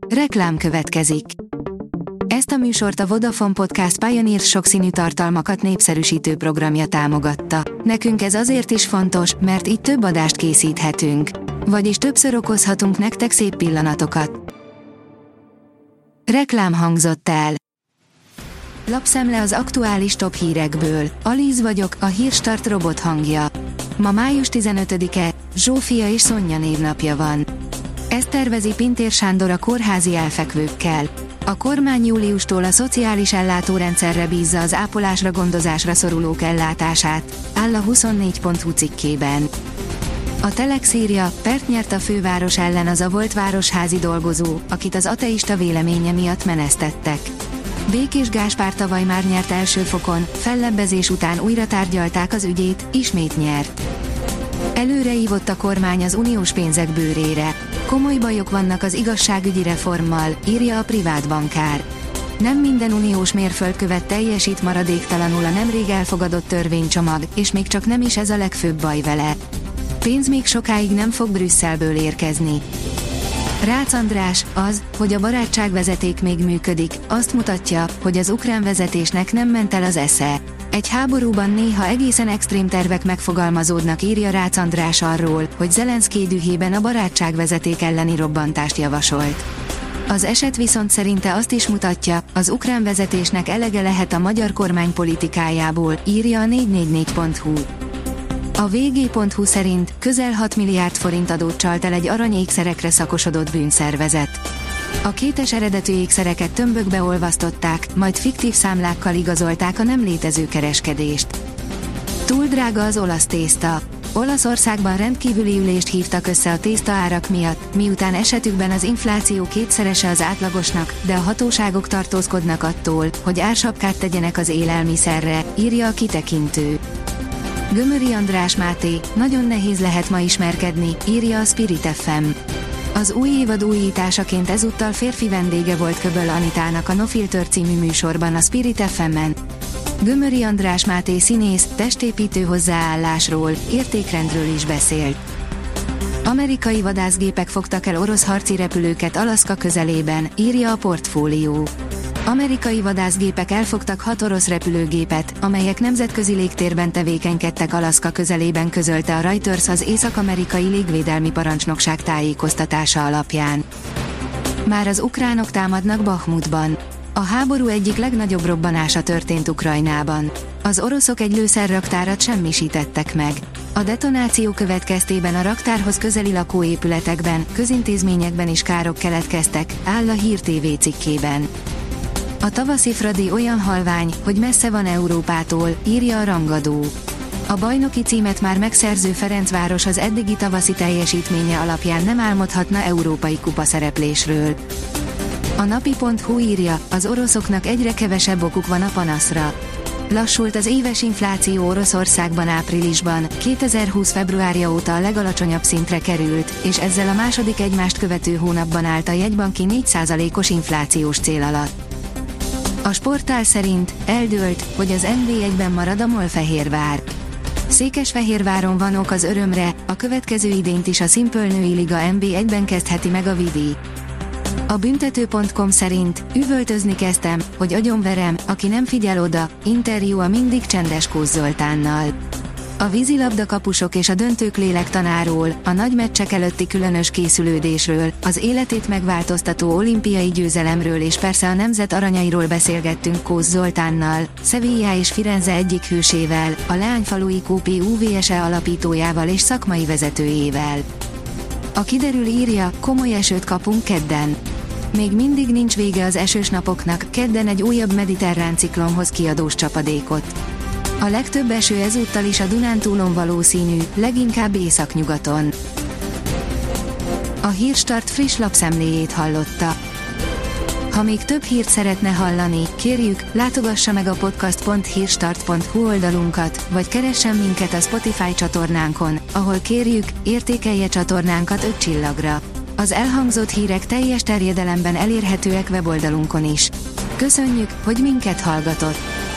Reklám következik. Ezt a műsort a Vodafone Podcast Pioneer sokszínű tartalmakat népszerűsítő programja támogatta. Nekünk ez azért is fontos, mert így több adást készíthetünk. Vagyis többször okozhatunk nektek szép pillanatokat. Reklám hangzott el. Lapszemle az aktuális top hírekből. Alíz vagyok, a Hírstart robot hangja. Ma május 15-e, Zsófia és Szonya névnapja van. Ezt tervezi Pintér Sándor a kórházi elfekvőkkel. A kormány júliustól a szociális ellátórendszerre bízza az ápolásra gondozásra szorulók ellátását, áll a 24.hu cikkében. A Telex írja, pert nyert a főváros ellen az a volt városházi dolgozó, akit az ateista véleménye miatt menesztettek. Békés Gáspár tavaly már nyert első fokon, fellebbezés után újra tárgyalták az ügyét, ismét nyert. Előreívott a kormány az uniós pénzek bőrére. Komoly bajok vannak az igazságügyi reformmal, írja a privát bankár. Nem minden uniós mérföldkövet teljesít maradéktalanul a nemrég elfogadott törvénycsomag, és még csak nem is ez a legfőbb baj vele. Pénz még sokáig nem fog Brüsszelből érkezni. Rácz András, az, hogy a barátságvezeték még működik, azt mutatja, hogy az ukrán vezetésnek nem ment el az esze. Egy háborúban néha egészen extrém tervek megfogalmazódnak, írja Rácz András arról, hogy Zelenszkij dühében a barátságvezeték elleni robbantást javasolt. Az eset viszont szerinte azt is mutatja, az ukrán vezetésnek elege lehet a magyar kormány politikájából, írja a 444.hu. A vg.hu szerint közel 6 milliárd forint adót csalt el egy aranyékszerekre szakosodott bűnszervezet. A kétes eredetű ékszereket tömbökbe olvasztották, majd fiktív számlákkal igazolták a nem létező kereskedést. Túl drága az olasz tészta. Olaszországban rendkívüli ülést hívtak össze a tészta árak miatt, miután esetükben az infláció kétszerese az átlagosnak, de a hatóságok tartózkodnak attól, hogy ársapkát tegyenek az élelmiszerre, írja a kitekintő. Gömöri András Máté, nagyon nehéz lehet ma ismerkedni, írja a Spirit FM. Az új évad újításaként ezúttal férfi vendége volt Köböl Anitának a No Filter című műsorban a Spirit FM-en. Gömöri András Máté színész, testépítő hozzáállásról, értékrendről is beszélt. Amerikai vadászgépek fogtak el orosz harci repülőket Alaszka közelében, írja a Portfólió. Amerikai vadászgépek elfogtak 6 orosz repülőgépet, amelyek nemzetközi légtérben tevékenykedtek Alaszka közelében, közölte a Reuters az észak-amerikai légvédelmi parancsnokság tájékoztatása alapján. Már az ukránok támadnak Bahmutban. A háború egyik legnagyobb robbanása történt Ukrajnában. Az oroszok egy lőszerraktárat semmisítettek meg. A detonáció következtében a raktárhoz közeli lakóépületekben, közintézményekben is károk keletkeztek, áll a Hír TV cikkében. A tavaszi Fradi olyan halvány, hogy messze van Európától, írja a Rangadó. A bajnoki címet már megszerző Ferencváros az eddigi tavaszi teljesítménye alapján nem álmodhatna európai kupa szereplésről. A napi.hu írja, az oroszoknak egyre kevesebb okuk van a panaszra. Lassult az éves infláció Oroszországban áprilisban, 2020 februárja óta a legalacsonyabb szintre került, és ezzel a második egymást követő hónapban állt a jegybanki 4%-os inflációs cél alatt. A sportál szerint eldőlt, hogy az NB1-ben marad a Molfehérvár. Székesfehérváron van ok az örömre, a következő idényt is a Simpöl női liga NB1-ben kezdheti meg a Vidi. A büntető.com szerint üvöltözni kezdtem, hogy agyonverem, aki nem figyel oda, interjú a mindig csendes Kósz Zoltánnal. A vízilabda kapusok és a döntők lélektanáról, a nagy meccsek előtti különös készülődésről, az életét megváltoztató olimpiai győzelemről és persze a nemzet aranyairól beszélgettünk Kósz Zoltánnal, Sevilla és Firenze egyik hősével, a leányfalui Kópi UVSE alapítójával és szakmai vezetőjével. A kiderül írja, komoly esőt kapunk kedden. Még mindig nincs vége az esős napoknak, kedden egy újabb mediterrán ciklonhoz kiadós csapadékot. A legtöbb eső ezúttal is a Dunántúlon valószínű, leginkább északnyugaton. A Hírstart friss lapszemléjét hallotta. Ha még több hírt szeretne hallani, kérjük, látogassa meg a podcast.hírstart.hu oldalunkat, vagy keressen minket a Spotify csatornánkon, ahol kérjük, értékelje csatornánkat 5 csillagra. Az elhangzott hírek teljes terjedelemben elérhetőek weboldalunkon is. Köszönjük, hogy minket hallgatott!